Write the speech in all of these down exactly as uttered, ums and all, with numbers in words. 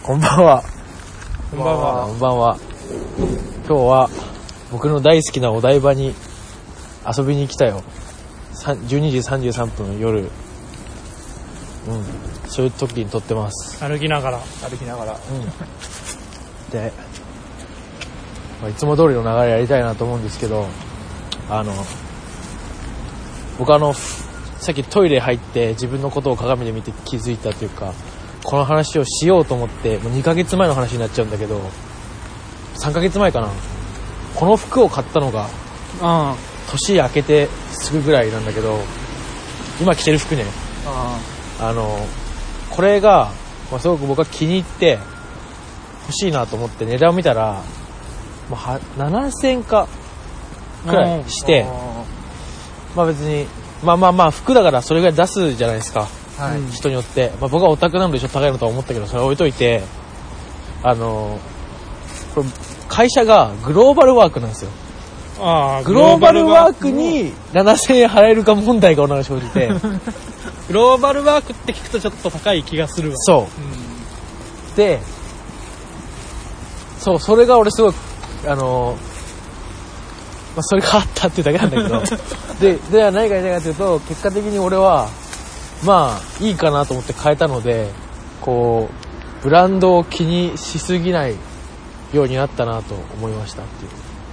こんばんは。 こんばんは。 こんばんは。今日は僕の大好きなお台場に遊びに来たよ。じゅうにじさんじゅうさんぷん夜。うん。そういう時に撮ってます。 歩きながら。 歩きながら。うん。 で、まあ、いつも通りの流れやりたいなと思うんですけど、あの、僕あの、さっきトイレ入って自分のことを鏡で見て気づいたというか、この話をしようと思ってもうにかげつまえの話になっちゃうんだけど、さんかげつまえかな、この服を買ったのがあ年明けてすぐぐらいなんだけど、今着てる服ね、 ああのこれが、まあ、すごく僕は気に入って欲しいなと思って値段を見たらもうはななせんかくらいして、まあ別にまあまあまあ服だからそれぐらい出すじゃないですか、 はい、 人によって、まあ、僕はオタクなのでちょっと高いのとは思ったけど、それは置いといて、あのこれ会社がグローバルワークなんですよ。 あグローバルワークにななせんえん払えるか問題が生じてグローバルワークって聞くとちょっと高い気がするわ。 そう、うん、でそうそれが俺すごいあのまあ、それがあったっていうだけなんだけどで、では何が言いたいかというと、結果的に俺はまあいいかなと思って変えたので、こうブランドを気にしすぎないようになったなと思いましたっていう。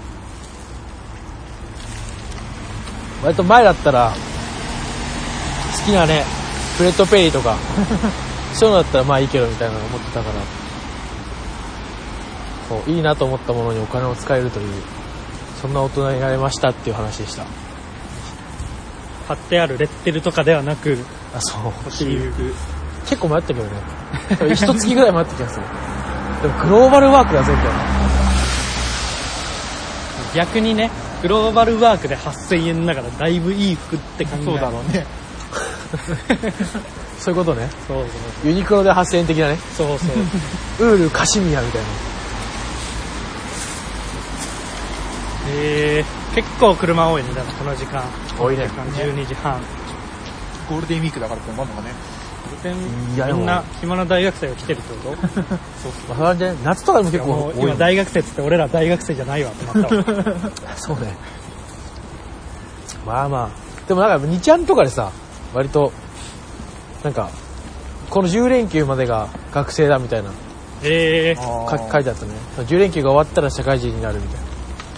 割と前だったら好きなねフレットペリーとかそういうのだったらまあいいけどみたいなの思ってたから、そういいなと思ったものにお金を使えるという、そんな大人になれましたっていう話でした。 貼ってあるレッテルとかではなく、 あ、そうっていう結構迷ったけどね一月ぐらい迷った気がする。でもグローバルワークだぜみたいな。 逆にね、グローバルワークではっせんえんだからだいぶいい服って考える。 そうだろうねそういうことね。 そうそうユニクロではっせんえん的なね。 そうそうウールカシミヤみたいな。 えー、結構車多いね。だからこの時間多いね。 じゅうにじはんゴールデンウィークだからって思うのがね、 いやみんな暇な大学生が来てるってこと？そうそう、まあ、夏とかでも結構多い。 今大学生っつって俺ら大学生じゃないわってなったわそうね。まあまあでもなんかにちゃんとかでさ、割となんかこのじゅう連休までが学生だみたいな、 えー、 書いてあったね。じゅう連休が終わったら社会人になるみたいな。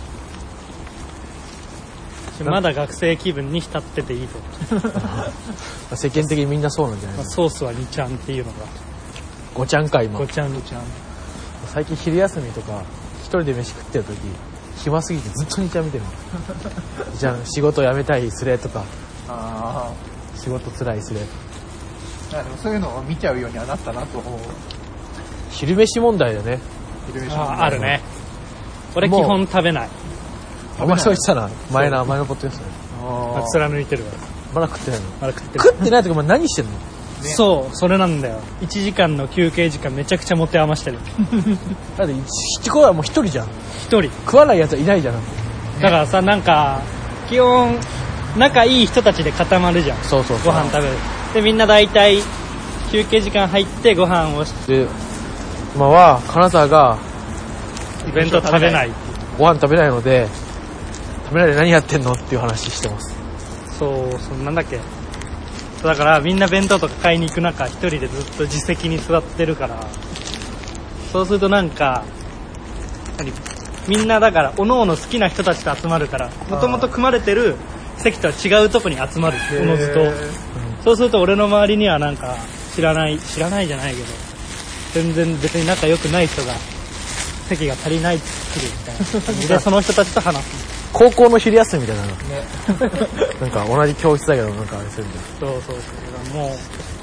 まだ学生気分に浸ってていいと世間的にみんなそうなんじゃない、 まあ、ソースはにちゃんっていうのがごちゃんか今。 ごちゃんごちゃん。 最近昼休みとか一人で飯食ってる時暇すぎてずっとにちゃん見てるのじゃあ仕事辞めたいスレとか、 あ仕事つらいスレ。 でもそういうのを見ちゃうようにはなったなと思う。 昼飯問題だね。 昼飯ああるね。俺基本食べない。 お前そう言ってたな、前の前のポッドキャストで。 ああ貫いてるわ。 まだ食ってないの？ まだ食ってる。 食ってない時お前何してんの？ ね、そうそれなんだよ。いちじかんの休憩時間めちゃくちゃ持て余してるだって一個はもう一人じゃん。 一人食わないやつはいないじゃん。 だからさ、なんか基本仲いい人たちで固まるじゃん。 そうそうそう。 ご飯食べる。でみんな大体休憩時間入ってご飯をして今は金沢がイベント食べない、 ご飯食べないので、食べないで何やってんのっていう話してます。 そうそんなんだっけ。だからみんな弁当とか買いに行く中一人でずっと自席に座ってるから、そうするとなんか何みんなだからおのおの好きな人たちと集まるから、もともと組まれてる席とは違うとこに集まるおのずと、うん、そうすると俺の周りにはなんか知らない知らないじゃないけど全然別に仲良くない人が席が足りないって来るみたいな感じでその人たちと話す。 高校の昼休みみたいなの、ね、 なんか同じ教室だけどなんかあれするんだよ。 そうそうそう。もう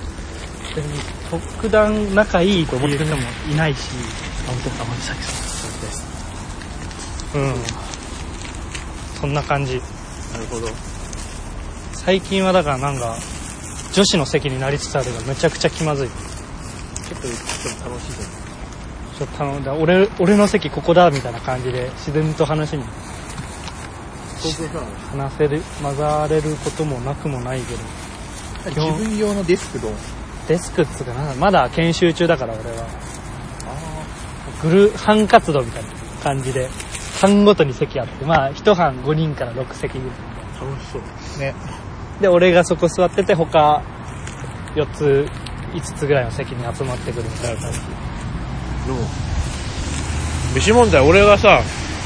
特段仲いいっていう人もいないし。 あ、本当に天城咲さんです。 うん。そんな感じ。 なるほど。 最近はだからなんか女子の席になりつつあるがめちゃくちゃ気まずい。 ちょっとちょっと楽しいじゃん。 ちょっと頼んだ。俺俺の席ここだみたいな感じで自然と話に話せる混ざれることもなくもないけど。 自分用のデスクどう？ デスクっつうかな、まだ研修中だから俺は。 グル班活動みたいな感じで班ごとに席あって、まあ一班ごにんからろく席ぐらい。 楽しそうね。 で俺がそこ座ってて他よっついつつぐらいの席に集まってくるみたいな感じ。 でも飯問題、俺がさ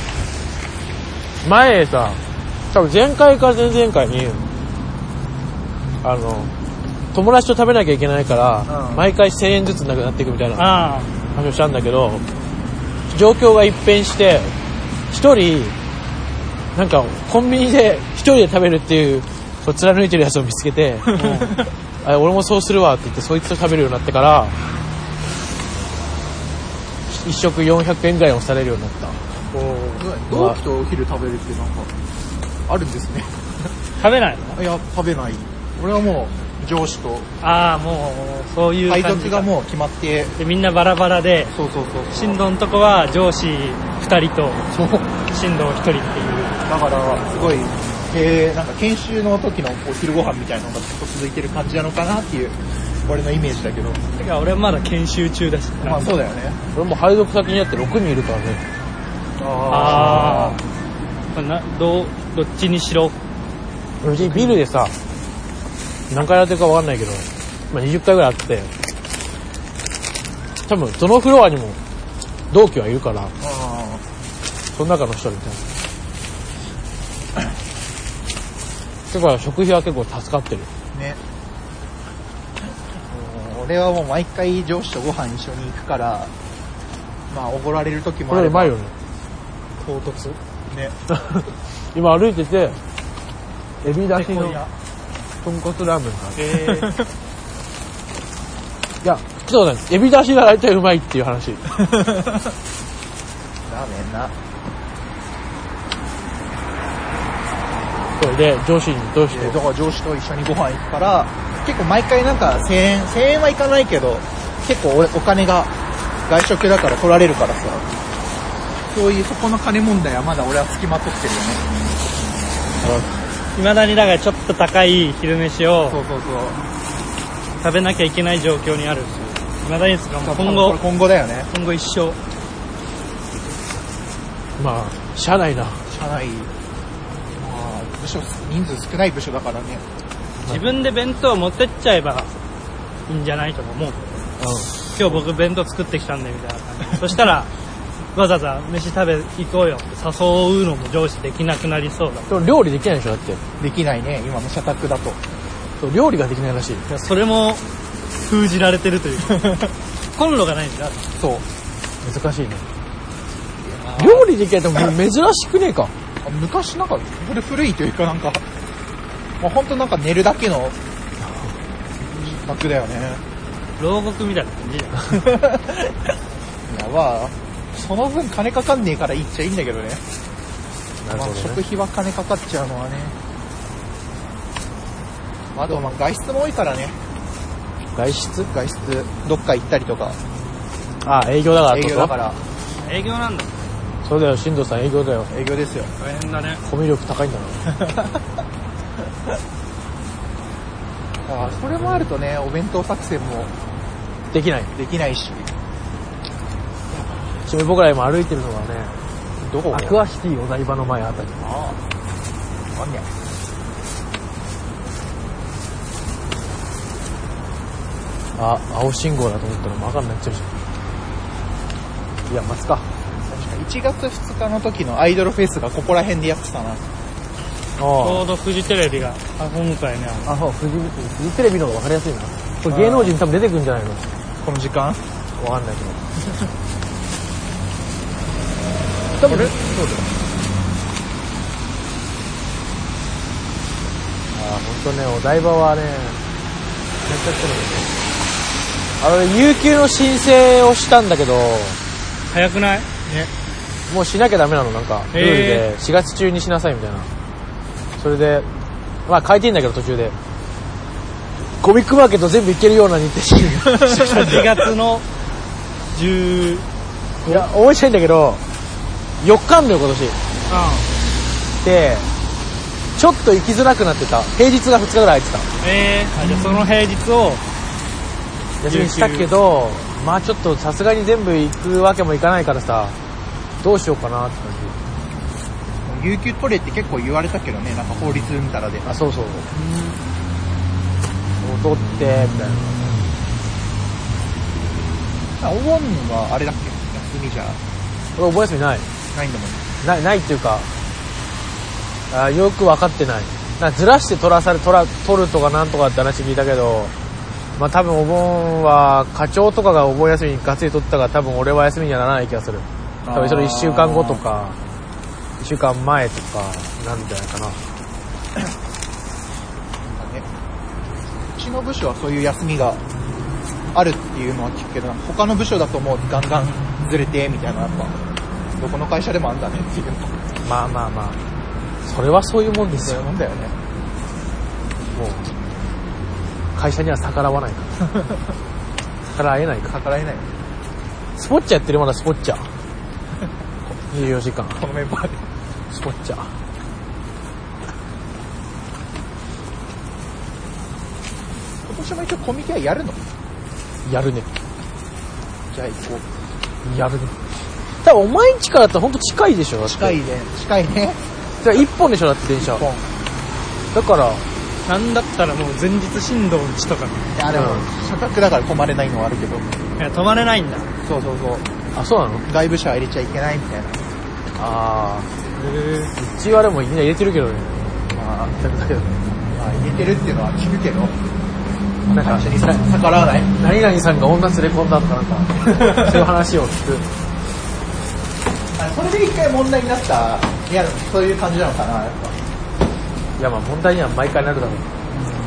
前さ多分前回か前々回にあの友達と食べなきゃいけないから、うん、毎回せんえんずつなくなっていくみたいな話をしたんだけど、状況が一変して一人なんかコンビニで一人で食べるっていうこう貫いてるやつを見つけて、うん、あ俺もそうするわって言ってそいつと食べるようになってから一食よんひゃくえんぐらい押されるようになった。 同期とお昼食べるってなんかあるんですね。 食べないの？ いや食べない。俺はもう上司とああもうそういう感じ配属がもう決まってでみんなバラバラで、 そうそうそう進藤のとこは上司ふたりと進藤ひとりっていう。 だからすごい、えー、なんか研修の時のお昼ご飯みたいなのがずっと続いてる感じなのかなっていう俺のイメージだけど。 てか俺はまだ研修中だし。 まあそうだよね。 俺も配属先にあってろくにんいるからね。 ああなどどっちにしろうちビルでさ何回やってるか分かんないけど、まあ、にじゅっかいぐらいあって多分どのフロアにも同期はいるから、あその中の一人みたいな。だから食費は結構助かってるね。俺はもう毎回上司とご飯一緒に行くからまあおごられる時もあれば。 これうまいよね。 唐突ね。 今歩いててエビ出しの豚骨ラーメンがある。 えー、 いやそうだね、エビ出しが大体うまいっていう話。ラーメンな。 それで上司にどうして、 だから上司と一緒にご飯行くから結構毎回なんかせんえんせんえんはいかないけど結構 お, お金が外食だから取られるからさ、そういうそこの金問題はまだ俺は付きまとってるよね。 いまだにだからちょっと高い昼飯をそうそうそう食べなきゃいけない状況にあるし、いまだにですか今後今後だよね。 今後一生まあしゃあないな。 社内まあ部署人数少ない部署だからね。 自分で弁当持ってっちゃえばいいんじゃないと思う、うん、今日僕弁当作ってきたんでみたいな感じそしたらわざわざ飯食べ行こうよって誘うのも上司できなくなりそうだ。 でも料理できないでしょだって。 できないね今の社宅だと。 そう料理ができないらしい。いやそれも封じられてるというかコンロがないんだ。 そう難しいね。料理できないっても珍しくねえか。 昔なんかこれ古いというかなんかまあ本当なんか寝るだけの楽だよね。 牢獄みたいな感じじゃん。 いやまあその分金かかんねえからいいっちゃいいんだけどね。なるほどね。まあ、食費は金かかっちゃうのはね。あとまあ外出も多いからね。 外出外出どっか行ったりとか。 ああ営業だから。 営業だから。 営業なんだ。 そうだよ進藤さん営業だよ。 営業ですよ。 大変だね。 コミュ力高いんだな。 あそれもあるとねお弁当作戦もできないできないし。 ちなみに僕ら今歩いてるのはねどこ？ アクアシティお台場の前あたり。 ああわかんねえ。あ青信号だと思ったら真っ赤になっちゃうじゃん。いや待つか。 確かいちがつふつかの時のアイドルフェスがここら辺でやってたな。 ちょうどフジテレビがあ今回ねあそうフジフジテレビの方が分かりやすいな。これ芸能人多分出てくるんじゃないのこの時間。 分かんないけど多分そうだよ。ああ本当ねお台場はねめっちゃ来てるんですよ。あの有給の申請をしたんだけど早くない？ねもうしなきゃダメなのなんかルールでしがつ中にしなさいみたいな。それでまあ変えていいんだけど途中でコミックマーケット全部行けるような日程式しがつのじゅういや覚えてないんだけどよっかあんだよ今年。うんでちょっと行きづらくなってた。平日がふつかぐらい空いてた。 えー、あじゃあその平日を休みしたけどまあちょっとさすがに全部行くわけもいかないからさ、どうしようかなって感じ。有給取れって結構言われたけどね、なんか法律みたらで。 あ、そうそう。踊って、みたいな。 お盆はあれだっけ、休みじゃ。 俺お盆休みない。 ないんだもんね。 ない、ないっていうか、あよく分かってない。なんかずらして取らされ、取ら、取るとかなんとかって話聞いたけど、まあ多分お盆は、課長とかがお盆休みにがっつり取ったから多分俺は休みにはならない気がする。多分それいっしゅうかんごとか、いっしゅうかんまえとか、なんじゃないかな。 うちの部署はそういう休みがあるっていうのは聞くけど、他の部署だともうガンガンずれてみたいな、やっぱどこの会社でもあんだねっていう。 まあまあまあ、それはそういうもんですよ。 そういうもんだよね。 もう会社には逆らわないから逆らえないから。 逆らえない。 スポッチャやってるまだスポッチャにじゅうよじかんこのメンバーでスポッチャ。 今年も一応コミケはやるの？ やるね。 じゃあ行こう。やるね。多分お前ん家からだったらほんと近いでしょ。だって近いね。近いね。 じゃあ一本でしょ、だって電車。 一本。 だからなんだったらもう前日振動の地とか。 いやでも、うん、社宅だから止まれないのはあるけど。いや止まれないんだ。 そうそうそう。 あ、そうなの？ 外部車は入れちゃいけないみたいな。 ああ。へえ。うちはでもみんな入れてるけどね。 まあ、 だけど。 まあ入れてるっていうのは聞くけど。 なんかに逆らわない。 何々さんが女連れ込んだとかなんかそういう話を聞く。 それで一回問題になった、いやそういう感じなのかな、やっぱ。 いやまあ問題には毎回なるだろう。うん、な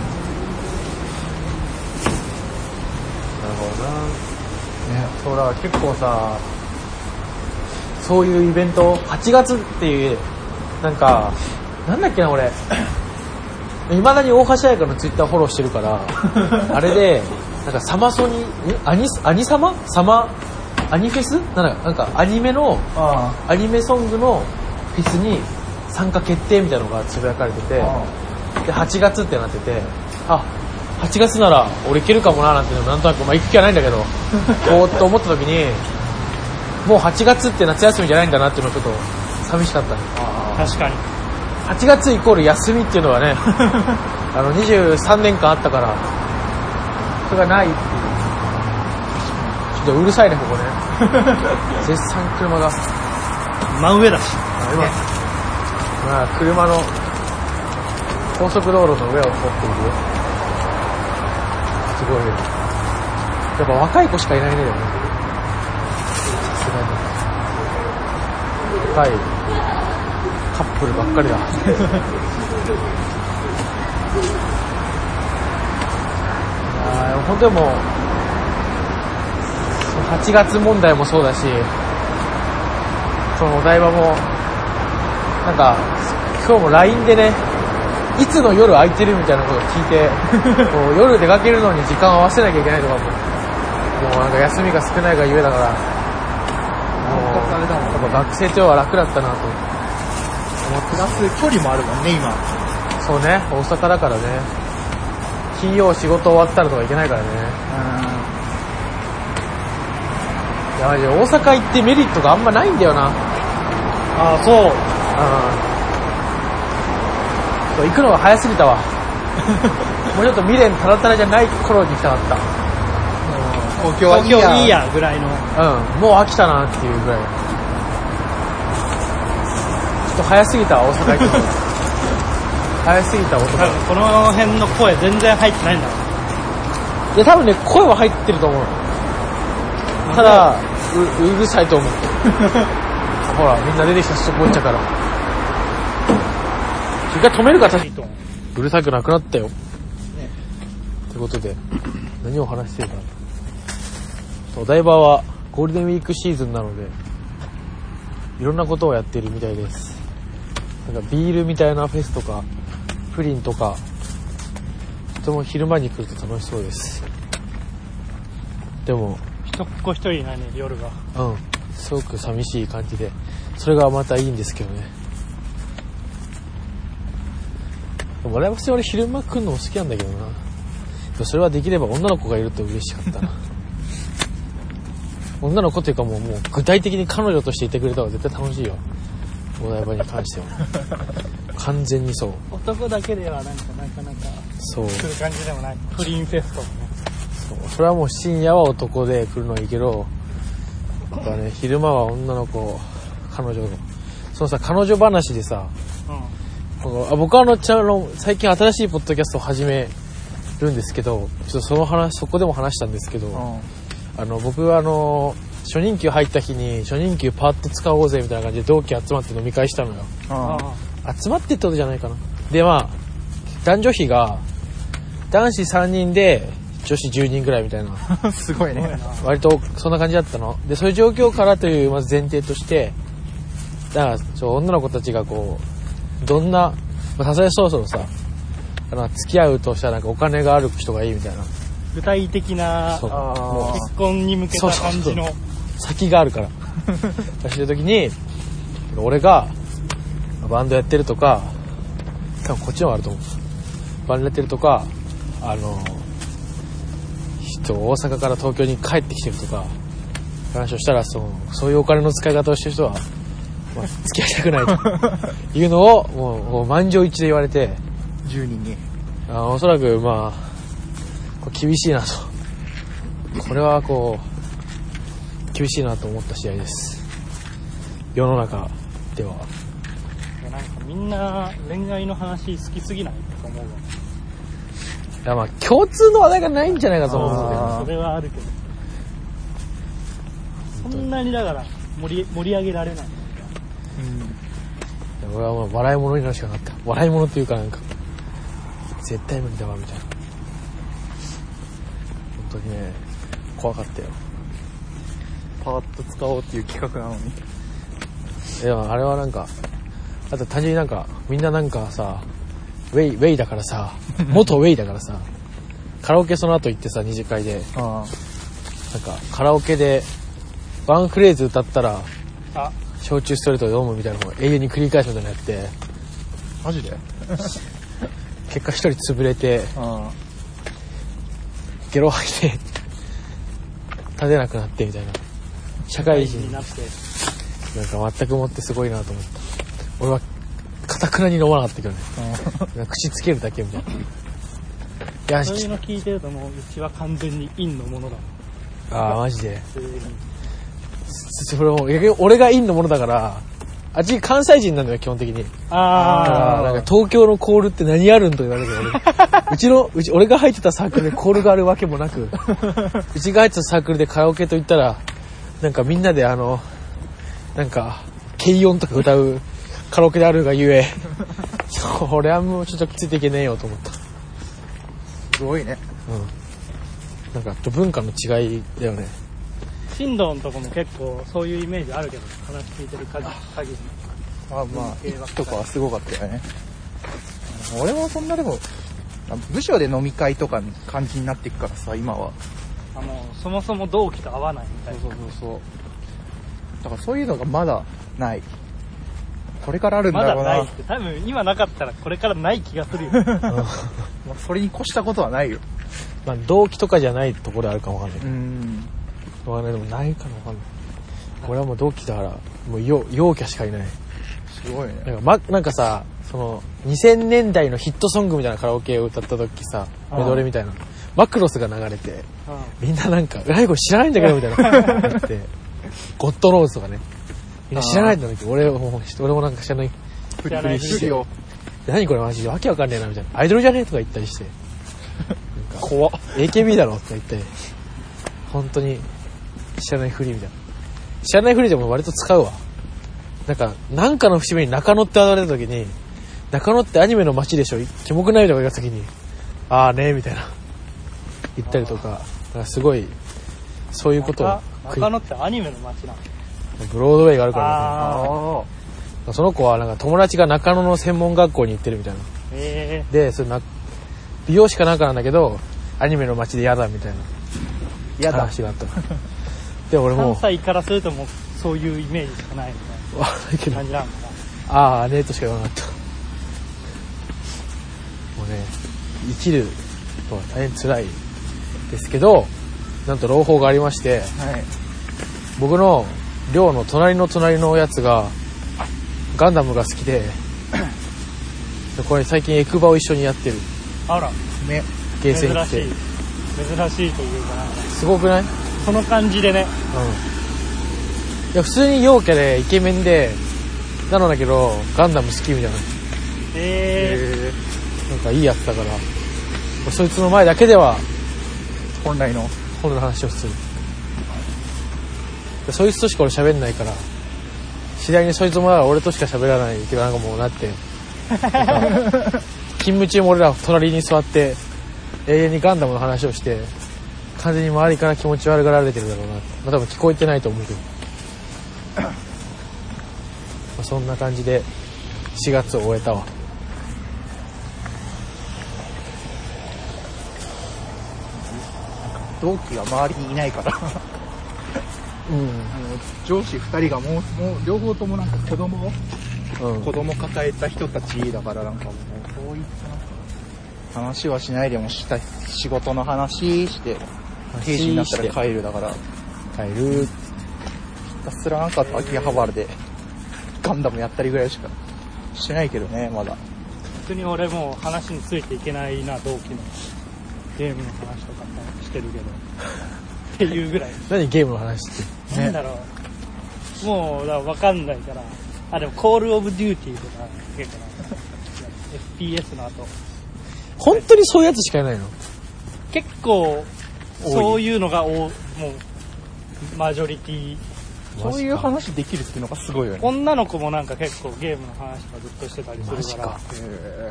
るほどな。ね、そうだから結構さ、そういうイベントはちがつっていうなんかなんだっけな俺。未だに大橋彩香のツイッターフォローしてるからあれでなんかサマソニアニアニサマサマアニフェスなんかなんかアニメのあアニメソングのフェスに参加決定みたいなのがつぶやかれてて、ではちがつってなってて、あはちがつなら俺行けるかもななんていうのなんとなくまあ行く気はないんだけどこうと思った時にもうはちがつって夏休みじゃないんだなっていうのちょっと寂しかったね。 確かにはちがつイコール休みっていうのはねあのにじゅうさんねんかんあったからそれがないっていう。ちょっとうるさいねここね絶賛車が真上だし今、ね、まあ車の高速道路の上を通っているよ。すごいね。やっぱ若い子しかいないねでもね。さすがに若いカップルばっかりだあー本当にもうはちがつ問題もそうだし、そのお台場もなんか今日も ライン でねいつの夜空いてるみたいなことを聞いてこう夜出かけるのに時間を合わせなきゃいけないとかももうなんか休みが少ないがゆえだからもうやっぱ学生とは楽だったなと。 プラス距離もあるもんね今。 そうね、大阪だからね。金曜仕事終わったらとかいけないからね。いやマジで大阪行ってメリットがあんまないんだよな。 ああそううん。行くのが早すぎたわもうちょっと未練タラタラじゃない頃に行きたかった。 東京はいいや東京いいやぐらいの。 うん、もう飽きたなっていうぐらい。ちょっと早すぎた大阪行くの早すぎた大阪。 この辺の声全然入ってないんだろう。 いや多分ね声は入ってると思う。ただ う, うるさいと思うほらみんな出てきたスポッチャから一回止めるか。確かにうるさくなくなったよ、ね、ということで何を話してるか。お台場はゴールデンウィークシーズンなのでいろんなことをやっているみたいです。なんかビールみたいなフェスとかプリンとかとても昼間に来ると楽しそうです。でも人っ子一人いないね夜が。 うんすごく寂しい感じでそれがまたいいんですけどね。でも我々俺昼間来るのも好きなんだけどな。それはできれば女の子がいると嬉しかったな女の子っていうかもう、もう具体的に彼女としていてくれた方が絶対楽しいよ。お台場に関しては。完全にそう。 男だけではなんかなかなか、 そう。 来る感じでもない。不倫フェストもね。 そう。それはもう深夜は男で来るのはいいけど、やっぱね、昼間は女の子、彼女の、そのさ、彼女話でさ、 うん。 このあ僕はあの、ちゃの、最近新しいポッドキャストを始めるんですけど、ちょっとその話、そこでも話したんですけど、 うん、 あの、僕はあの、初任給入った日に、初任給パーッと使おうぜみたいな感じで同期集まって飲み会したのよ。 ああ集まってってことじゃないかな。で、まあ、男女比が、男子さんにんで、女子じゅうにんぐらいみたいな。 あすごいね。 割とそんな感じだったの。で、そういう状況からというまず前提として、だから、ちょ女の子たちがこう、どんな、さすがにそろそろさ、あの付き合うとしたらなんかお金がある人がいいみたいな。 具体的な、 そうあ結婚に向けた感じの。 そうそう先があるから。走るときに、俺が、バンドやってるとか、多分こっちの方があると思う。バンドやってるとか、あの、人、大阪から東京に帰ってきてるとか、話をしたら、その、そういうお金の使い方をしてる人は、まあ、付き合いたくないというのを、もう、もう満場一致で言われて、 じゅうにんに。 あおそらく、まあ、これ厳しいなと。これはこう、厳しいなと思った試合です。世の中では。 なんかみんな恋愛の話好きすぎないと思うわ。 いやまあ共通の話題がないんじゃないかと思うんだけど。 それはあるけど。そんなにだから盛り盛り上げられない。 うん。俺はもう笑い物になるしかなかった。笑い物っていうかなんか絶対無理だわみたいな。本当にね怖かったよ。 パーッと使おうっていう企画なのに。 いやあれはなんか。あと単純になんかみんななんかさウェイウェイだからさ元ウェイだからさカラオケその後行ってさ二次会であなんかカラオケでワンフレーズ歌ったらあ焼酎ストレートで飲むみたいなのを永遠に繰り返すみたいなのやってマジで結果一人潰れてあゲロ吐いて立てなくなってみたいな社会人になってなんか全くもってすごいなと思った。俺は堅くなに飲まなかったけどね。口つけるだけみたいな。いやそういうの聞いてるともううちは完全に陰のものだ。 ああマジで。 普通にそれも逆に俺が陰のものだから、あっち関西人なんだよ基本的に。 ああなんか東京のコールって何あるんと言われるけど俺うちのうち俺が入ってたサークルでコールがあるわけもなく、うちが入ってたサークルでカラオケと言ったらなんかみんなであのなんか軽音とか歌う。カラオケであるがゆえこれはもうちょっとついていけねえよと思った。 すごいね。 うんなんか文化の違いだよね。 新藤のとこも結構そういうイメージあるけど話聞いてる限りあまあ駅とかはすごかったよね。俺もそんなでも部署で飲み会とか感じになっていくからさ今はあのそもそも同期と合わないみたいな。 そうそうそうそうだからそういうのがまだないこれからあるんだろうな。 まだないって多分今なかったらこれからない気がするよ。 まあそれに越したことはないよ。 まあ動機とかじゃないところあるかもわかんない。 うん。 わかんないでもないかなわかんない。俺はもう同期だからもう陽陽キャしかいない。 すごいね。 なんかまなんかさそのにせんねんだいのヒットソングみたいなカラオケを歌った時さメドレーみたいなマクロスが流れてみんななんか「えこれ知らないんだけど」みたいな言ってゴッドノーズとかね。みんな知らないんだけど、俺も、俺もなんか知らない。 知らないふりを。 何これマジでわけわかんねえなみたいな。アイドルじゃねえとか言ったりして。怖っ。エーケービー だろとか言って。本当に知らないふりみたいな。知らないふりでも割と使うわ。なんか、なんかの節目に中野って現れた時に、中野ってアニメの街でしょキモくないとか言った時に、あーねーみたいな。言ったりとか、なんかすごい、そういうことを。 中野ってアニメの街なの？ ブロードウェイがあるから、ね、 ああその子はなんか友達が中野の専門学校に行ってるみたいな。 へーで、それな美容師かなんかなんだけど、アニメの街で嫌だみたいな。 嫌だ話があった。で、俺も。 関西からするともうそういうイメージしかないみたいな感じなのかな。 ああ、ねえとしか言わなかった。もうね、生きるとは大変辛いですけど、なんと朗報がありまして、 はい。 僕の寮の隣の隣のやつがガンダムが好きでこれ最近エクバを一緒にやってる。 あらね、 ゲーセン来て珍しい珍しいというかなんかすごくない？ その感じでね。 うん。いや普通に陽キャでイケメンでなのだけどガンダム好きみたいな。 えー、なんかいいやつだからそいつの前だけでは本来の本の話をする。そいつとしか俺喋んないから次第にそいつもだから俺としか喋らないっていうかなんかもうなって勤務中も俺ら隣に座って永遠にガンダムの話をして完全に周りから気持ち悪がられてるだろうな。まあ多分聞こえてないと思うけどまあそんな感じでしがつを終えたわ。 同期が周りにいないからうん、 あの上司ふたりがもう、もう両方ともなんか子供を、うん、子供抱えた人たちだからなんかもうそういった話はしないでもした仕事の話して定時になったら帰るだから帰るひたすらなんか秋葉原でガンダムやったりぐらいしかしてないけどねまだ。 普通に俺もう話についていけないな同期のゲームの話とかしてるけどっていうぐらい。 何ゲームの話って、 ね、なんだろうもうだから分かんないから。あでもコールオブデューティーとか結構なエフピーエス の後本当にそういうやつしかいないの？ 結構そういうのがおもうマジョリティ。 そういう話できるっていうのがすごいよね。 女の子もなんか結構ゲームの話とかずっとしてたりするから。マジか。 へ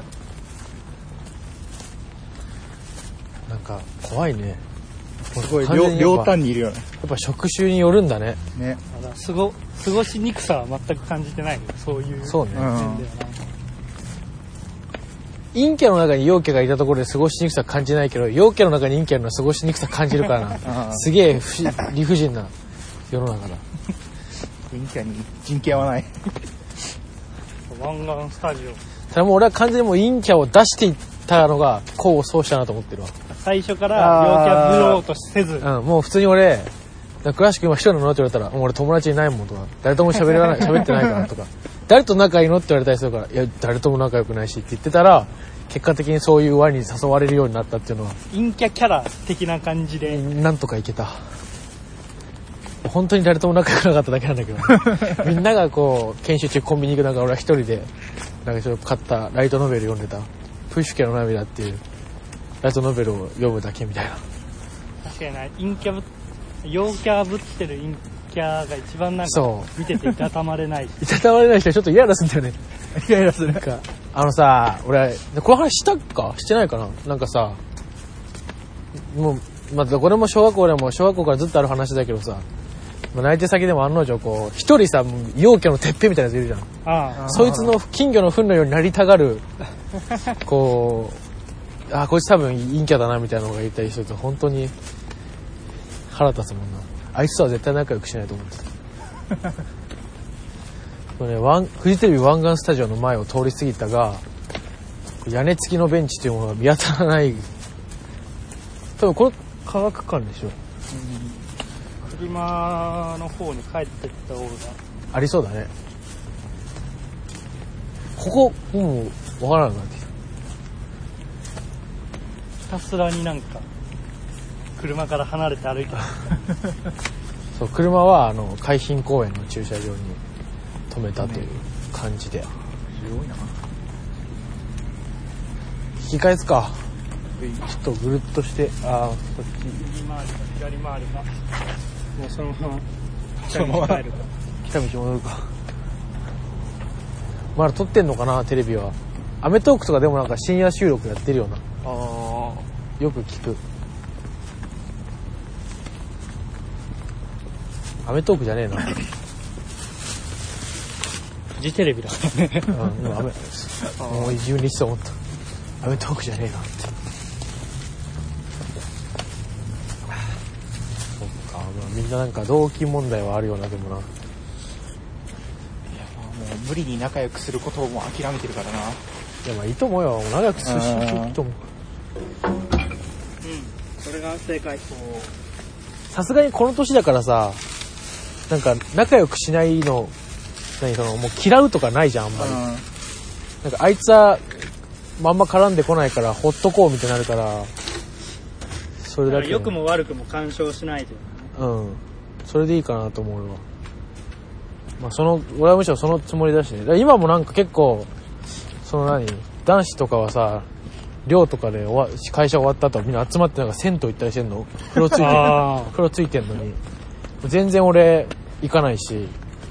ーなんか怖いね。 すごい 両, 両端にいるよね。 やっぱ職種によるんだね。 ね。 だからすご過ごしにくさは全く感じてないけどそういうそうね。 面ではなんか陰キャの中に陽キャがいたところで過ごしにくさ感じないけど陽キャの中に陰キャの過ごしにくさ感じるからなすげえ理不尽な世の中だ。 陰キャに人権はない。 湾岸スタジオ。 ただもう俺は完全にもう陰キャを出していったのが功を奏したなと思ってるわ。 最初から陽キャぶろうとせず、 うん、もう普通に俺詳しく今一人なのって言われたらもう俺友達いないもんとか誰とも喋らない喋ってないからとか誰と仲いいのって言われたりするからいや誰とも仲良くないしって言ってたら結果的にそういう輪に誘われるようになったっていうのは陰キャキャラ的な感じでなんとかいけた。本当に誰とも仲良くなかっただけなんだけどみんながこう研修中コンビニ行く中俺は一人でなんかちょっと買ったライトノベル読んでたプッシュ家の涙っていうライトノベルを読むだけみたいな。 確かにな陰キャぶ陽キャぶってる陰キャが一番なんか見てていたたまれないしいたたまれない人はちょっとイライラするんだよね。 イライラするなんかあのさ俺この話したかしてないかな。なんかさもうまあこれも小学校でも小学校からずっとある話だけどさまあ、内定先でも案の定こう一人さ陽キャのてっぺんみたいなやついるじゃん。 ああそいつの金魚の糞のようになりたがるこうあこいつ多分陰キャだなみたいなのがいたりすると本当に腹立つもんな。あいつとは絶対仲良くしないと思ってたこれ、ね、ワンフジテレビ湾岸スタジオの前を通り過ぎたが屋根付きのベンチというものが見当たらない。多分これ科学館でしょ。 車の方に帰ってった方がありそうだね。ここもうわからなくなってきた。 ひたすらになんか車から離れて歩いてるそう車はあの海浜公園の駐車場に止めたという感じで、すごいな。 引き返すか。ちょっとぐるっとしてああこっち右回りか左回りかもうそのまま来た道帰るか来た道戻るか。まだ撮ってんのかなテレビは。アメトーークとかでもなんか深夜収録やってるよな。 あよく聞く。アメトーークじゃねえなフジテレビだねうんでもアメもう自分にして思ったアメトーークじゃねえなって。みんななんか動機問題はあるような。でもな、いやもう無理に仲良くすることをもう諦めてるからな。 いやまあいいと思うよ。仲良くするしいいと思う。 うんそれが正解。 さすがにこの年だからさなんか仲良くしないの、何そのもう嫌うとかないじゃんあんまり。 うん、 なんかあいつはまんま絡んでこないからほっとこうみたいになるから、それだけ。 良くも悪くも干渉しないというか、ね。うん。それでいいかなと思うわ。まあその俺はむしろそのつもりだしね。だから今もなんか結構その何男子とかはさ。寮とかで終わ会社終わった後みんな集まってなんか銭湯行ったりしてんの。風呂ついてる風呂ついてんのに全然俺行かないし、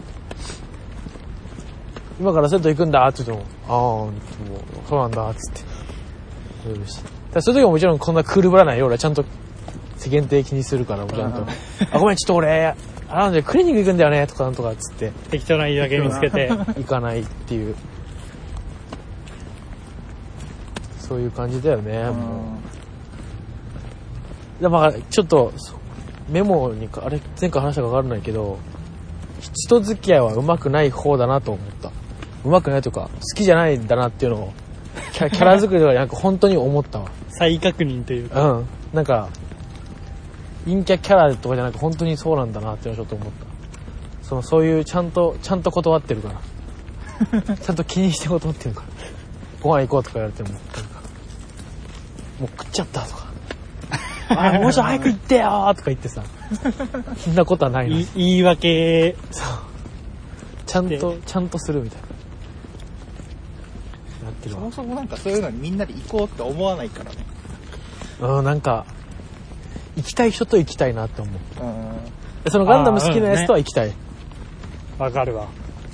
今から銭湯行くんだって言ってもああもうそうなんだっつって言うし、だそういう時ももちろんこんなクールぶらないよ。俺はちゃんと世間体気にするからちゃんとあごめんちょっと俺あなんでクリーニング行くんだよねとかなんとかっつって適当な言い訳見つけて行かないっていうそういう感じだよね。もうでまあちょっとメモにあれ前回話したか分からないけど人付き合いは上手くない方だなと思った。上手くないというか好きじゃないんだなっていうのをキャ, キャラ作りとかなんか本当に思ったわ。 再確認というかうんなんか陰キャキャラとかじゃなく本当にそうなんだなっていうのをちょっと思った。そのそういうちゃんとちゃんと断ってるからちゃんと気にして断ってるからご飯行こうとか言われてもなんかもう食っちゃったとかあもうちょい早く行ってよーとか言ってさそんなことはないの。 言い訳そうちゃんとちゃんとするみたいななってるわ。 そもそもなんかそういうのにみんなで行こうって思わないからね。 うんなんか行きたい人と行きたいなって思う。 うんそのガンダム好きなやつとは行きたい。 わ、ね、かるわ。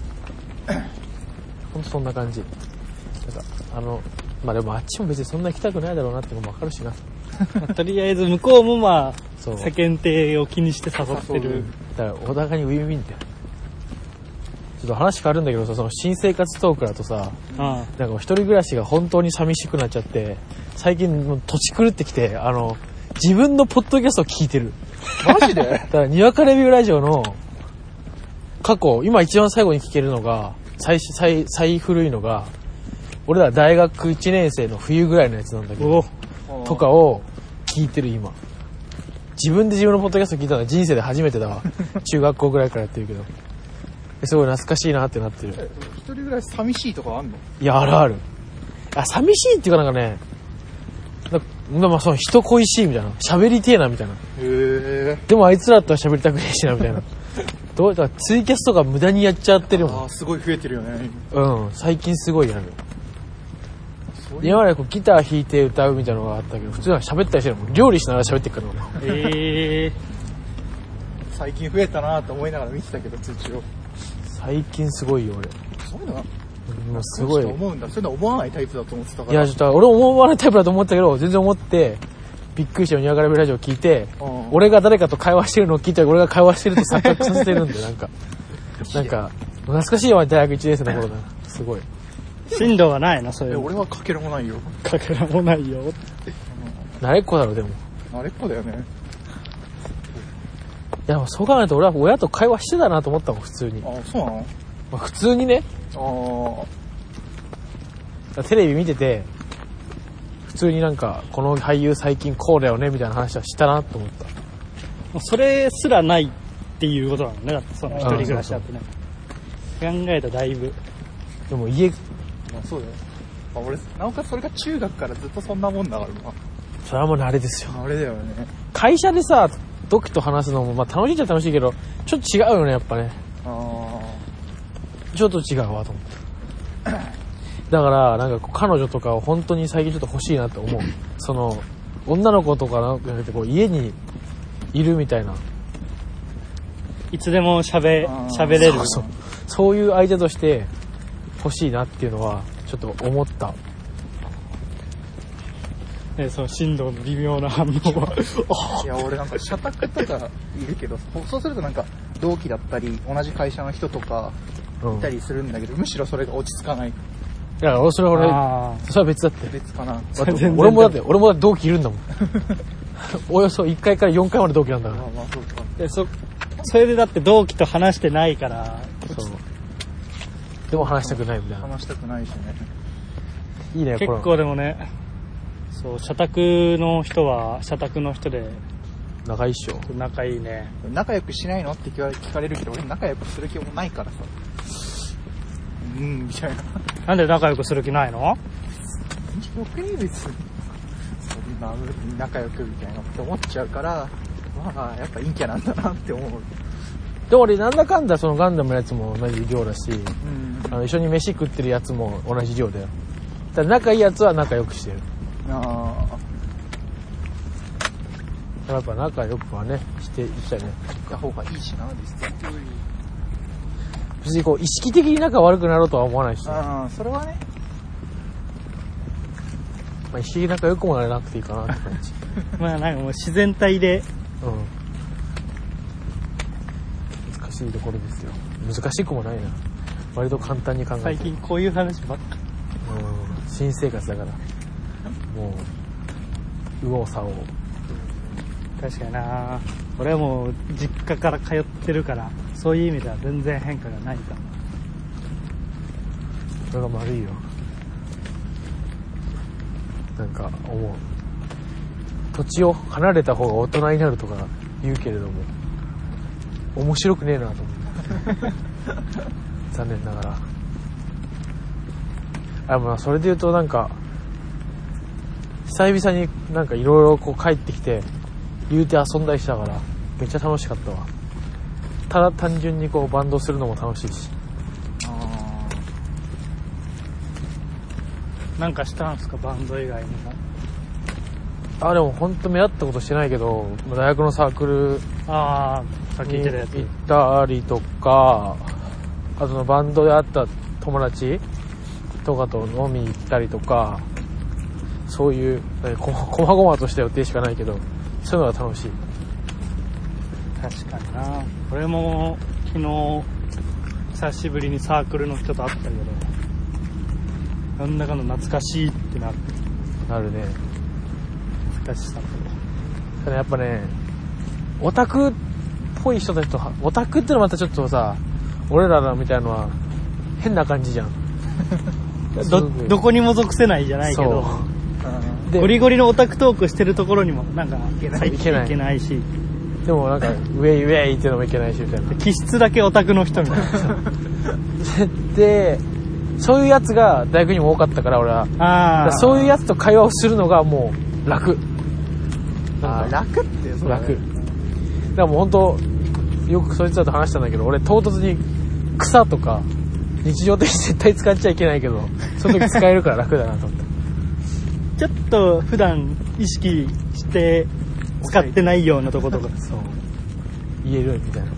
ほんとそんな感じ。なんかあのまあでもあっちも別にそんな行きたくないだろうなってのもわかるしなとりあえず向こうもまあそう世間体を気にして誘ってる。 だからお互いにウィンウィンだよ。ちょっと話変わるんだけどさ、その新生活トークだとさ、 うん、 なんか一人暮らしが本当に寂しくなっちゃって最近もう土地狂ってきてあの自分のポッドキャストを聞いてる。 マジでだからにわかレビューラジオの過去今一番最後に聞けるのが 最, 最, 最古いのが俺ら大学いちねん生の冬ぐらいのやつなんだけどとかを聞いてる今。自分で自分のポッドキャスト聞いたのは人生で初めてだわ中学校ぐらいからやってるけどすごい懐かしいなってなってる。 一人暮らし寂しいとかあんの？ いやあるある。あ寂しいっていうかなんかねなまあその人恋しいみたいな喋りてえなみたいな。 へでもあいつらとは喋りたくねえしなみたいなどうだからツイキャスとか無駄にやっちゃってるもん。 あすごい増えてるよね。 うん最近すごいやる。今までこうギター弾いて歌うみたいなのがあったけど普通は喋ったりしてるもん。料理しながら喋ってるから俺。 えー、 最近増えたなと思いながら見てたけど通知を。 最近すごいよ俺。 そういうのがもうすごい。 思うんだ。そういうの思わないタイプだと思ってたから。 いやちょっと俺思わないタイプだと思ったけど全然思ってびっくりしてにわかレビューラジオ聞いて、うん、俺が誰かと会話してるのを聞いて俺が会話してると錯覚させてるんでなんかなんか懐かしいよ大学いちねん生の頃だすごい。 進路はないなそういうの。 俺はかけらもないよ。 かけらもないよ。 慣れっこだろでも。 慣れっこだよね。 いやもうそう考えると俺は親と会話してたなと思ったもん普通に。 あそうなの？ まあ、普通にね。 ああ。テレビ見てて普通になんかこの俳優最近こうだよねみたいな話はしたなと思った。 それすらないっていうことなのね。だってその一人暮らしだってね。考えたらだいぶ。 でも家まあそうだよ。まあ、俺なおかつそれが中学からずっとそんなもんだからな。 それはもう慣れですよ。 あれだよね。 会社でさドクと話すのもまあ楽しいっちゃ楽しいけどちょっと違うよねやっぱね。 あちょっと違うわと思っただからなんかこう彼女とかを本当に最近ちょっと欲しいなって思う。その女の子とかなんかこう家にいるみたいないつでも喋喋れる。 そうそうそういう相手として欲しいなっていうのはちょっと思った。 えその振動の微妙な反応は。 いや俺なんか社宅とかいるけどそうするとなんか同期だったり同じ会社の人とかいたりするんだけど、うん、むしろそれが落ち着かない。いや俺それは俺それは別だって。 別かな。 俺もだって俺もだって同期いるんだもんおよそいっかいからよんかいまで同期なんだから。 まあまあそうか。 でそそれでだって同期と話してないからそうでも話したくないみたいな。 話したくないしね。 いいね。 結構でもねそう社宅の人は社宅の人で仲いいっしょ。 仲いいね。 仲良くしないのって聞か聞かれるけど、俺仲良くする気もないからさ。うん、みたいな。 なんで仲良くする気ないの？ 僕に別に、そんな仲良くみたいなって思っちゃうから、まあ、やっぱ陰キャなんだなって思う。 で、俺なんだかんだそのガンダムのやつも同じ量だし、 うん、 あの一緒に飯食ってるやつも同じ量だよ。だから仲いいやつは仲良くしてる。 あやっぱ仲良くはね、していきたいね。 あ、方がいいしな、実際。 別にこう、意識的に仲悪くなろうとは思わないし。 ああ、それはね。 まあ、意識的に仲良くもなれなくていいかなって感じ。 まあなんかもう自然体で。 うん。難しいところですよ。難しくもないな。割と簡単に考えて。 最近こういう話ばっか。 うん。新生活だから。もう、右往左往。 確かにな。俺はもう実家から通ってるから、そういう意味では全然変化がないかも。 それが悪いよ。なんか思う。土地を離れた方が大人になるとか言うけれども、面白くねえなと思う。残念ながら。あ、まあそれで言うとなんか、久々になんかいろいろこう帰ってきて、言うて遊んだりしたからめっちゃ楽しかったわ。ただ単純にこうバンドするのも楽しいし。 あなんかしたんすか、バンド以外にも。 あ、でもほんと目立ったことしてないけど、大学のサークルああ、さっき言ってたやつ。 行ったりとか、あとのバンドで会った友達とかと飲み行ったりとか、そういうこまごまとした予定しかないけど、そういうのが楽しい。 確かにな。俺も昨日久しぶりにサークルの人と会ったけど、なんだかの懐かしいってなって。 なるね。 懐かしさと。 ただやっぱね、オタクっぽい人たちと、オタクってのはまたちょっとさ、俺らみたいなのは変な感じじゃん。 ど、どこにも属せないじゃないけど、 でゴリゴリのオタクトークしてるところにもなんかいけない入っていけないし、 でもなんかウェイウェイっていうのもいけないしみたいな。 気質だけオタクの人みたいな。 で、そういうやつが大学にも多かったから俺は。 ああ。 そういうやつと会話をするのがもう楽。 あー、楽ってそれ楽。だからもう本当よくそいつらと話したんだけど、俺唐突に草とか日常的に絶対使っちゃいけないけど、その時使えるから楽だなと思って。 ちょっと普段意識して使ってないようなとことかそう言えるみたいな。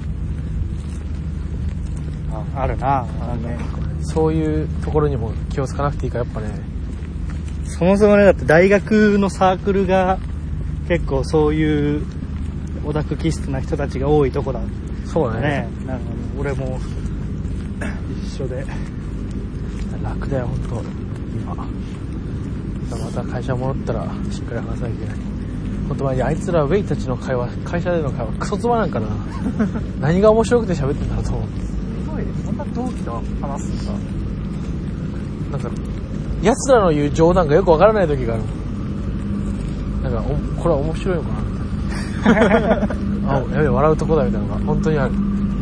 あ、あるな。あのね、 そういうところにも気をつかなくていいからやっぱね。 そもそもね、だって大学のサークルが結構そういうオタク気質な人たちが多いとこだ。 そうだね。 なんか俺も一緒で楽だよ本当今。また会社戻ったらしっかり話さなきゃいけない。本当にあいつらウェイたちの会話、会社での会話クソつまなんかな。何が面白くて喋ってんだろうと思う。 すごいね。そんな同期と話すんだ。 なんか奴らの言う冗談がよくわからない時がある。なんかおこれは面白いのかなみたいな。あ、やべえ笑うとこだみたいなのが本当にある。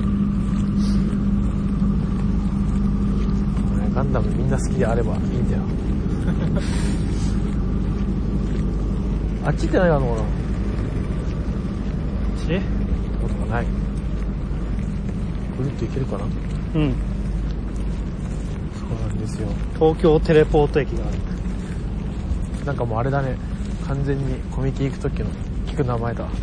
ガンダムみんな好きであればいいんだよ。あっちって何があるのかな。 しことがない。ぐるっと行けるかな。 うん。 そうなんですよ。 東京テレポート駅がある。 なんかもうあれだね。完全にコミケ行く時の聞く名前だ。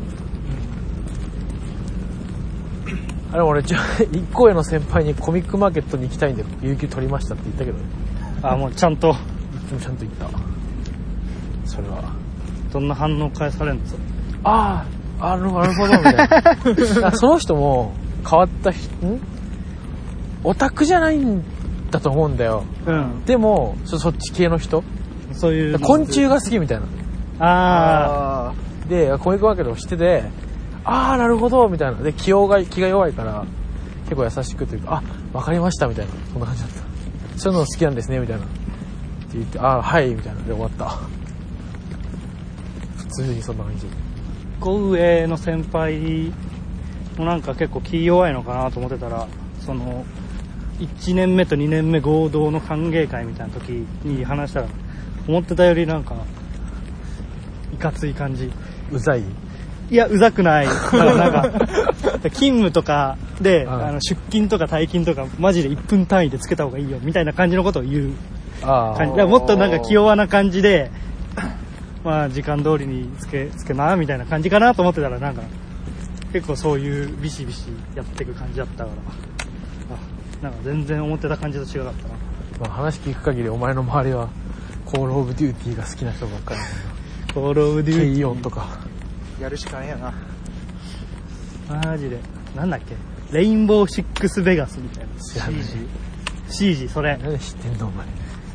あれ俺、一個上の先輩にコミックマーケットに行きたいんで有給取りましたって言ったけどね。 あ、もうちゃんと。 ちゃんと言った。それは。 どんな反応返されるんですか。 ああ、あの、なるほど、みたいな。その人も変わった人、んオタクじゃないんだと思うんだよ。 うん。 でも、そ, そっち系の人そういう。 昆虫が好きみたいな。 ああ。 で、コミックマーケットをしてて、ああ、なるほど、みたいな。で、気が、気が弱いから、結構優しくというか、あ、わかりました、みたいな。そんな感じだった。そういうの好きなんですね、みたいな。って言って、ああ、はい、みたいな。で、終わった。普通にそんな感じ。 個上の先輩もなんか結構気弱いのかなと思ってたら、そのいちねんめとにねんめ合同の歓迎会みたいな時に話したら、思ってたよりなんかいかつい感じ。 うざい？ いや、うざくない。だからなんか勤務とかで、あの出勤とか退勤とかマジでいっぷん単位でつけた方がいいよみたいな感じのことを言うあ感じ。だからもっとなんか気弱な感じで、まあ時間通りにつけつけなみたいな感じかなと思ってたら、なんか結構そういうビシビシやっていく感じだったから、あ、なんか全然思ってた感じと違かったな。 まあ、話聞く限りお前の周りはコールオブデューティーが好きな人ばっかりなんだ。 コールオブデューティー。 ケイオンとか。 やるしかねえやな。 マジで。なんだっけ、レインボーシックスベガスみたいな。 知らない。 シージ。シージ、それ。 なんで知ってんのお前。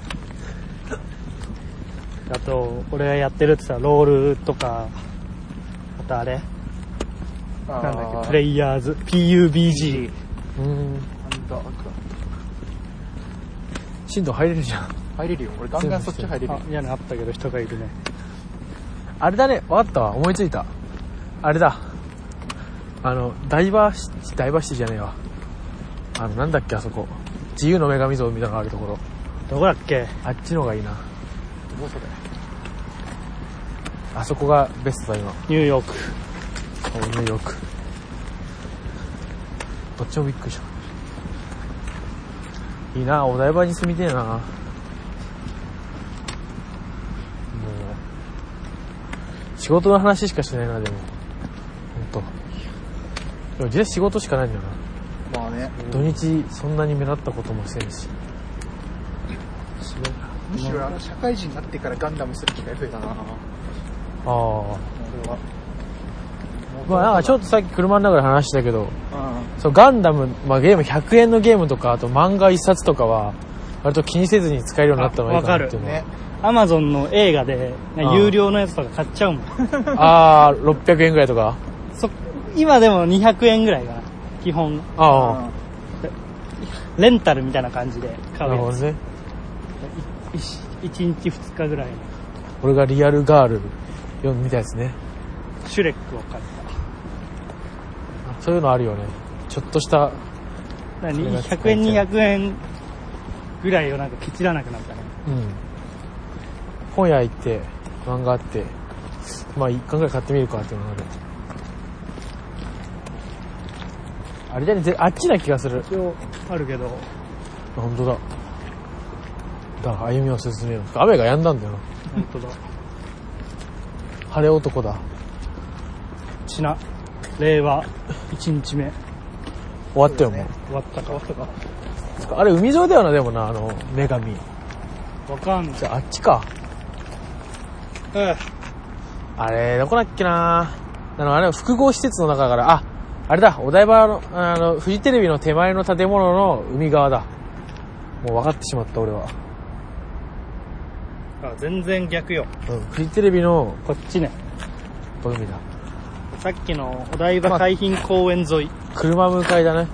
あと、俺がやってるってさ、ロールとか、あとあれなんだっけ、プレイヤーズ、ピーユービージー。 うーん。 なんだ、 振動入れるじゃん。 入れるよ。俺ガンガンそっち入れるよあ、。嫌なあったけど人がいるね。 あれだね、わかったわ、思いついた。あれだ。あの、ダイバーシティ、ダイバーシティじゃねえわ。あの、なんだっけ、あそこ。自由の女神像みたいなのがあるところ。 どこだっけ。 あっちの方がいいな。 どこそれ。 あそこがベストだ、今。 ニューヨーク。 おニューヨーク。どっちもびっくりした。いいな、お台場に住みてえな。もう、仕事の話しかしないな、でも。ほんと。でも実際仕事しかないんだよな。 まあね。 土日そんなに目立ったこともせんし。 むしろあの社会人になってからガンダムする機会増えたな。 ああ。 俺は。 まあなんかちょっとさっき車の中で話したけど、 うん。 そうガンダム、まあゲームひゃくえんのゲームとか、あと漫画一冊とかは、割と気にせずに使えるようになったのがいいかなっていうのは。 ね。 アマゾンの映画で、有料のやつとか買っちゃうもん。 ああ、ろっぴゃくえんぐらいとか。 そ、今でもにひゃくえんぐらいが、基本。 ああ。 レンタルみたいな感じで買うやつ。 なるほどね。 いちにちふつかぐらいの。 俺がリアルガール読ん見たやつね。 シュレックを買っそういうのあるよね。ちょっとした。 た。ひゃくえんにひゃくえんぐらいをなんかケチらなくなったね。 うん。本屋行って漫画あって、まあいっかんぐらい買ってみるかっていうのがある。あれだね、ぜあっちな気がする。 一応あるけど。 本当だ。だから歩みを進めよう。雨が止んだんだよな。 本当だ。 晴れ男だ。 ちな、令和いちにちめ。 終わったよ、もう。 終わったか。終わったか。 あれ海沿いだよな、でもな、あの、女神。 わかんない。 じゃああっちか。 うん。 あれ、どこだっけなあの、あれ、複合施設の中から、あ、あれだ、お台場の、あの、フジテレビの手前の建物の海側だ。もう分かってしまった、俺は。 あ、全然逆よ。 うん、フジテレビの、 こっちね。 海だ。 さっきのお台場海浜公園沿い。 車向かいだね。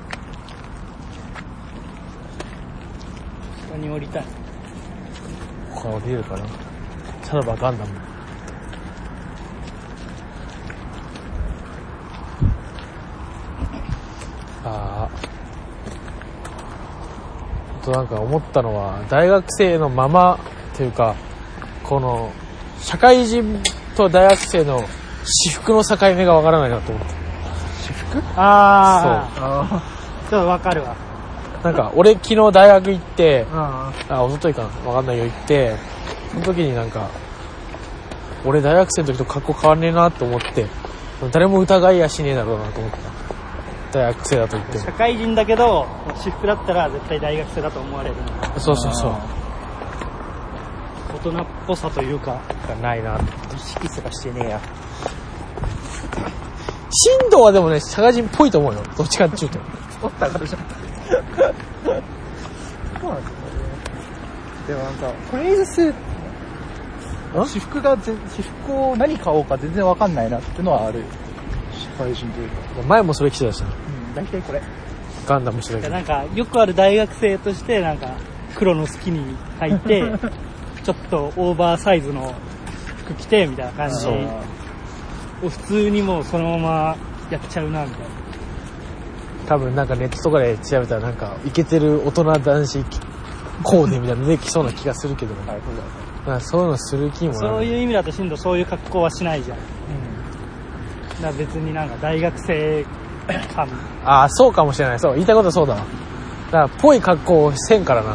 ここに降りたい。 ここから降りれるかな。さらばガンダム。ああ。となんか思ったのは、大学生のままというか、この社会人と大学生の私服の境目がわからないなと思って。 私服？ あー。 そう。あちょっとわかるわ。 なんか俺昨日大学行って、 あ。 あ、一昨日かなわかんないよ行って、その時になんか、俺大学生の時と格好変わんねえなと思って、誰も疑いやしねえだろうなと思った。大学生だと言っても。 社会人だけど、私服だったら絶対大学生だと思われる。 そうそうそう。 大人っぽさというか。 がないな。 意識すらしてねえや。 進藤はでもね、社会人っぽいと思うよ。どっちかっていうと。 おったからじゃん。そうなんですよね。でもなんか、トレイズスーツ、私服がぜ、私服を何買おうか全然わかんないなっていうのはある。社会人というか。 前もそれ着てたしな。 うん、大体これ。 ガンダムしてたけど。 なんか、よくある大学生として、なんか、黒のスキニー履いて、ちょっとオーバーサイズの服着て、みたいな感じ。 を普通にもうそのままやっちゃうなみたいな。 多分なんかネットとかで調べたらなんかイケてる大人男子コーデみたいなの出てきそうな気がするけども、はい、なんかそういうのする気もなる。 そういう意味だと進藤そういう格好はしないじゃん、うん、だから別になんか大学生感ああそうかもしれない。そう言いたいことはそうだわ。だからぽい格好をせんからな。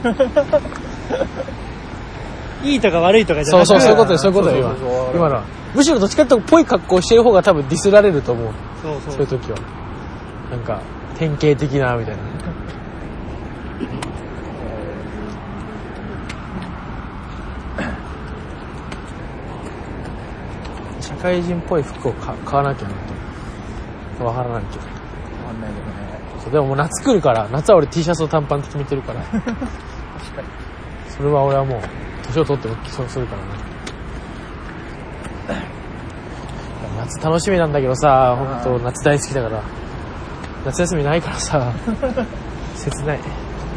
いいとか悪いとかじゃなくて、 そうそうそういうことよそういうことよ今今のは。むしろどっちかっていうとぽい格好してる方が多分ディスられると思う。 そうそうそういう時はなんか典型的なみたいな。社会人っぽい服を買わなきゃなとわからないけど。 わかんないけどね。 そうでももう夏来るから夏は俺 T シャツと短パンって決めてるから確かにそれは俺はもう年を取ってもそうするからね。夏楽しみなんだけどさ、本当夏大好きだから夏休みないからさ切ない。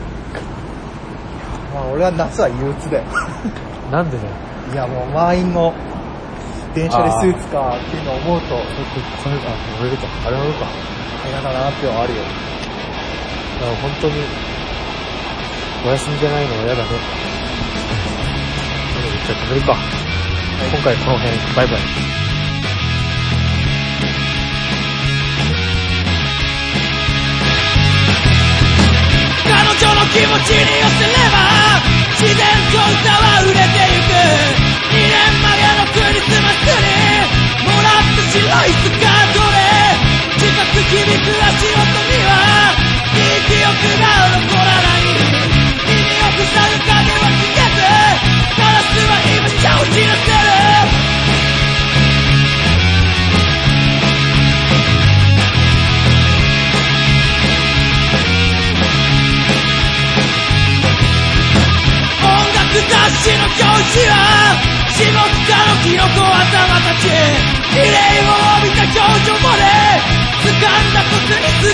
まあ俺は夏は憂鬱だよ。 なんでだよ。 いやもう満員の電車でスーツかっていうのを思うと、 これか乗れるかあれ乗るか嫌だなっていうのはあるよ。 だから本当にお休みじゃないのは嫌だね。じゃあ止めるか、はい、今回この辺バイバイ。 彼女の気持ちに寄せれば自然と歌は売れてゆく。にねんまえのクリスマスにもらった白いスカートで近く響く足音にはいい記憶が残らない。耳を塞ぐ影は消えずガラスは今茶を散らせる。雑誌の表紙は下北のキノコ頭たち。綺麗を帯びた表情まで掴んだことに